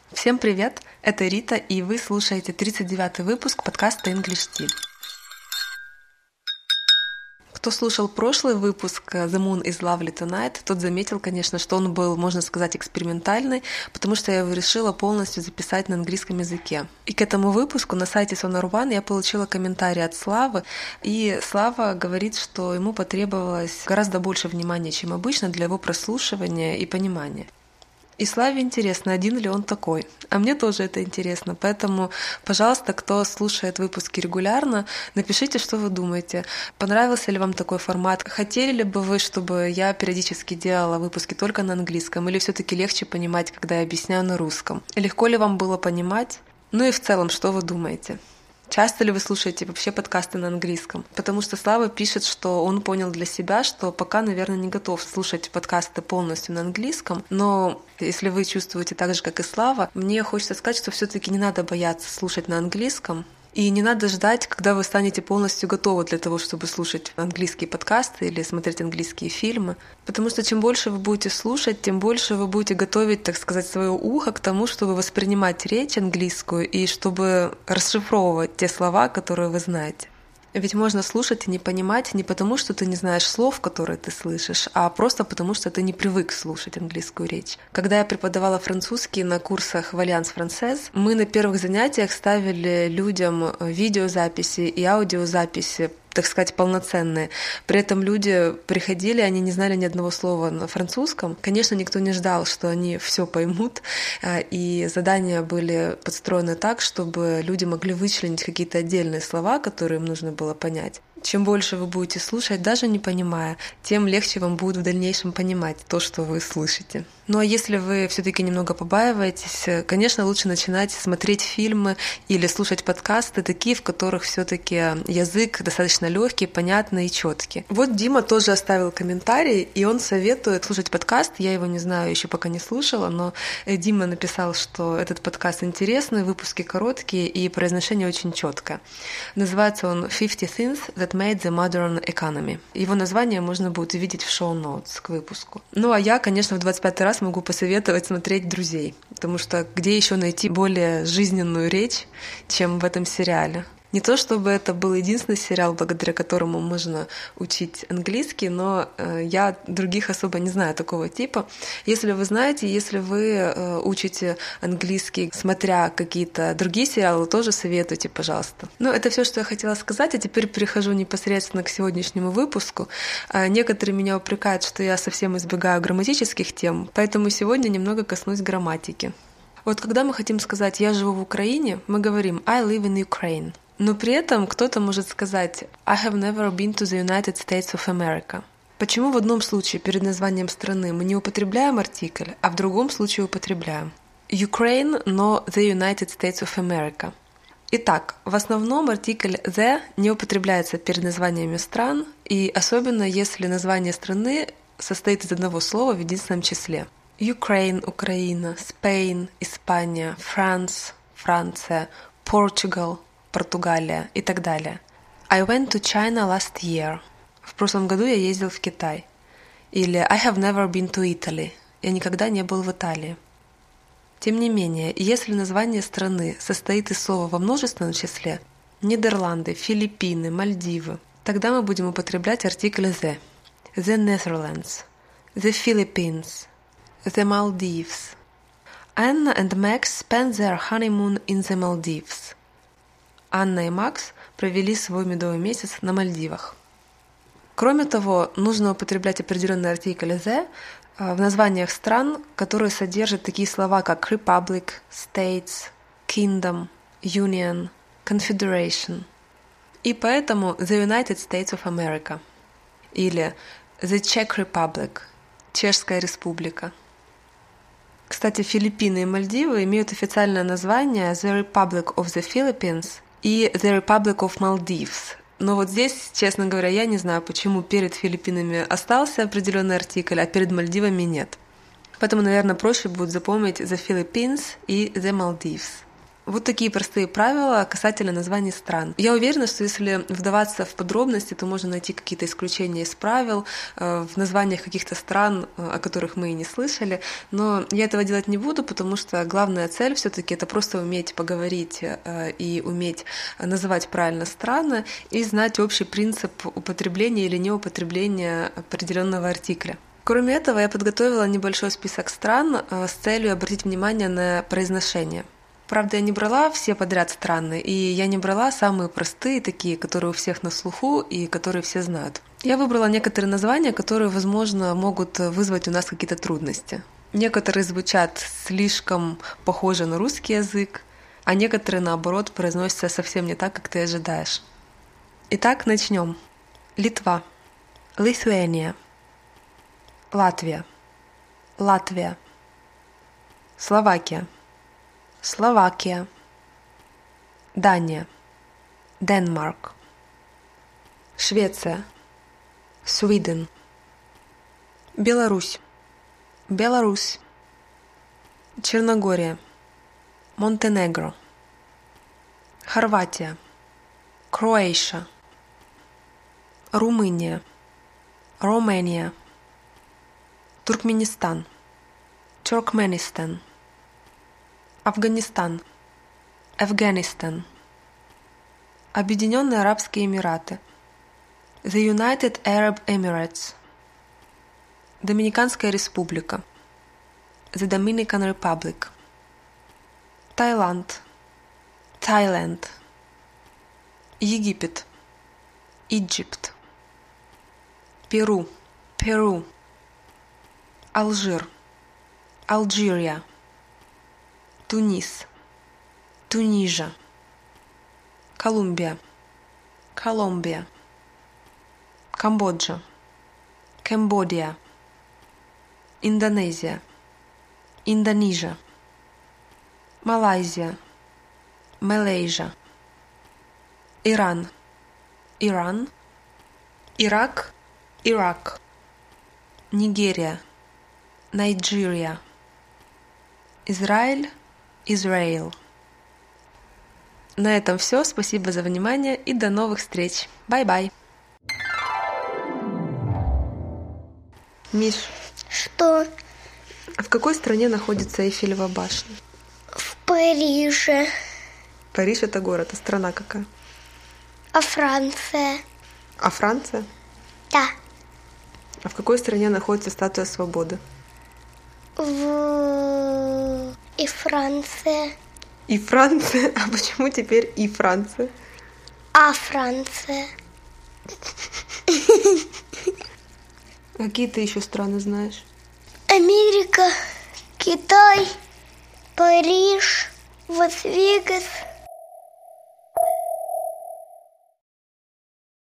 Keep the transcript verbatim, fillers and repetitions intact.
Всем привет! Это Рита, и вы слушаете тридцать девятый выпуск подкаста English Tea. Кто слушал прошлый выпуск The Moon is Lovely Tonight, тот заметил, конечно, что он был, можно сказать, экспериментальный, потому что я его решила полностью записать на английском языке. И к этому выпуску на сайте Sonar One я получила комментарий от Славы, и Слава говорит, что ему потребовалось гораздо больше внимания, чем обычно, для его прослушивания и понимания. И Славе интересно, один ли он такой. А мне тоже это интересно. Поэтому, пожалуйста, кто слушает выпуски регулярно, напишите, что вы думаете. Понравился ли вам такой формат? Хотели ли бы вы, чтобы я периодически делала выпуски только на английском? Или все-таки легче понимать, когда я объясняю на русском? Легко ли вам было понимать? Ну и в целом, что вы думаете? Часто ли вы слушаете вообще подкасты на английском? Потому что Слава пишет, что он понял для себя, что пока, наверное, не готов слушать подкасты полностью на английском. Но если вы чувствуете так же, как и Слава, мне хочется сказать, что все-таки не надо бояться слушать на английском. И не надо ждать, когда вы станете полностью готовы для того, чтобы слушать английские подкасты или смотреть английские фильмы. Потому что чем больше вы будете слушать, тем больше вы будете готовить, так сказать, свое ухо к тому, чтобы воспринимать речь английскую и чтобы расшифровывать те слова, которые вы знаете. Ведь можно слушать и не понимать не потому, что ты не знаешь слов, которые ты слышишь, а просто потому, что ты не привык слушать английскую речь. Когда я преподавала французский на курсах в Альянс Франсез, мы на первых занятиях ставили людям видеозаписи и аудиозаписи, так сказать, полноценные. При этом люди приходили, они не знали ни одного слова на французском. Конечно, никто не ждал, что они все поймут, и задания были подстроены так, чтобы люди могли вычленить какие-то отдельные слова, которые им нужно было понять. Чем больше вы будете слушать, даже не понимая, тем легче вам будет в дальнейшем понимать то, что вы слышите. Ну а если вы все-таки немного побаиваетесь, конечно, лучше начинать смотреть фильмы или слушать подкасты, такие, в которых все-таки язык достаточно легкий, понятный и четкий. Вот Дима тоже оставил комментарий, и он советует слушать подкаст. Я его не знаю, еще пока не слушала, но Дима написал, что этот подкаст интересный, выпуски короткие и произношение очень четкое. Называется он fifty things that made the modern economy. Его название можно будет увидеть в шоу-ноутс к выпуску. Ну а я, конечно, в двадцать пятый раз могу посоветовать смотреть «Друзей», потому что где еще найти более жизненную речь, чем в этом сериале? Не то чтобы это был единственный сериал, благодаря которому можно учить английский, но я других особо не знаю такого типа. Если вы знаете, если вы учите английский, смотря какие-то другие сериалы, тоже советуйте, пожалуйста. Ну, это все, что я хотела сказать, а теперь перехожу непосредственно к сегодняшнему выпуску. Некоторые меня упрекают, что я совсем избегаю грамматических тем, поэтому сегодня немного коснусь грамматики. Вот когда мы хотим сказать «я живу в Украине», мы говорим «I live in Ukraine». Но при этом кто-то может сказать «I have never been to the United States of America». Почему в одном случае перед названием страны мы не употребляем артикль, а в другом случае употребляем? Ukraine, но the United States of America. Итак, в основном артикль the не употребляется перед названиями стран, и особенно если название страны состоит из одного слова в единственном числе. Ukraine – Украина, Spain – Испания, France – Франция, Portugal – Португалия и так далее. I went to China last year. В прошлом году я ездил в Китай. Или I have never been to Italy. Я никогда не был в Италии. Тем не менее, если название страны состоит из слова во множественном числе – Нидерланды, Филиппины, Мальдивы – тогда мы будем употреблять артикль the. The Netherlands, the Philippines, the Maldives. Anna and Max spent their honeymoon in the Maldives. Анна и Макс провели свой медовый месяц на Мальдивах. Кроме того, нужно употреблять определенный артикль the в названиях стран, которые содержат такие слова, как Republic, States, Kingdom, Union, Confederation. И поэтому the United States of America или the Czech Republic, Чешская Республика. Кстати, Филиппины и Мальдивы имеют официальное название the Republic of the Philippines и The Republic of Maldives. Но вот здесь, честно говоря, я не знаю, почему перед Филиппинами остался определенный артикль, а перед Мальдивами нет. Поэтому, наверное, проще будет запомнить The Philippines и The Maldives. Вот такие простые правила касательно названий стран. Я уверена, что если вдаваться в подробности, то можно найти какие-то исключения из правил в названиях каких-то стран, о которых мы и не слышали. Но я этого делать не буду, потому что главная цель все-таки это просто уметь поговорить и уметь называть правильно страны и знать общий принцип употребления или неупотребления определенного артикля. Кроме этого, я подготовила небольшой список стран с целью обратить внимание на произношение. Правда, я не брала все подряд страны, и я не брала самые простые, такие, которые у всех на слуху и которые все знают. Я выбрала некоторые названия, которые, возможно, могут вызвать у нас какие-то трудности. Некоторые звучат слишком похоже на русский язык, а некоторые, наоборот, произносятся совсем не так, как ты ожидаешь. Итак, начнем. Литва. Lithuania. Латвия. Латвия. Словакия. Словакия. Дания. Денмарк. Швеция. Sweden. Беларусь. Беларусь. Черногория. Монтенегро. Хорватия. Croatia. Румыния. Romania. Туркменистан. Turkmenistan. Афганистан. Афганистан. Объединенные Арабские Эмираты. The United Arab Emirates. Доминиканская Республика. The Dominican Republic. Таиланд. Thailand. Египет. Egypt. Перу. Перу. Алжир. Algeria. Тунис. Тунижа. Колумбия. Колумбия. Камбоджа. Камбодия. Индонезия. Индонезия. Малайзия. Малайзия. Иран. Иран. Ирак. Ирак. Нигерия. Найджерия. Израиль. Израиль. На этом все. Спасибо за внимание и до новых встреч. Бай-бай. Миш. Что? В какой стране находится Эйфелева башня? В Париже. Париж — это город, а страна какая? А Франция? А Франция? Да. А в какой стране находится статуя свободы? В... И Франция. И Франция? А почему теперь и Франция? А Франция. Какие ты еще страны знаешь? Америка, Китай, Париж, Лас-Вегас.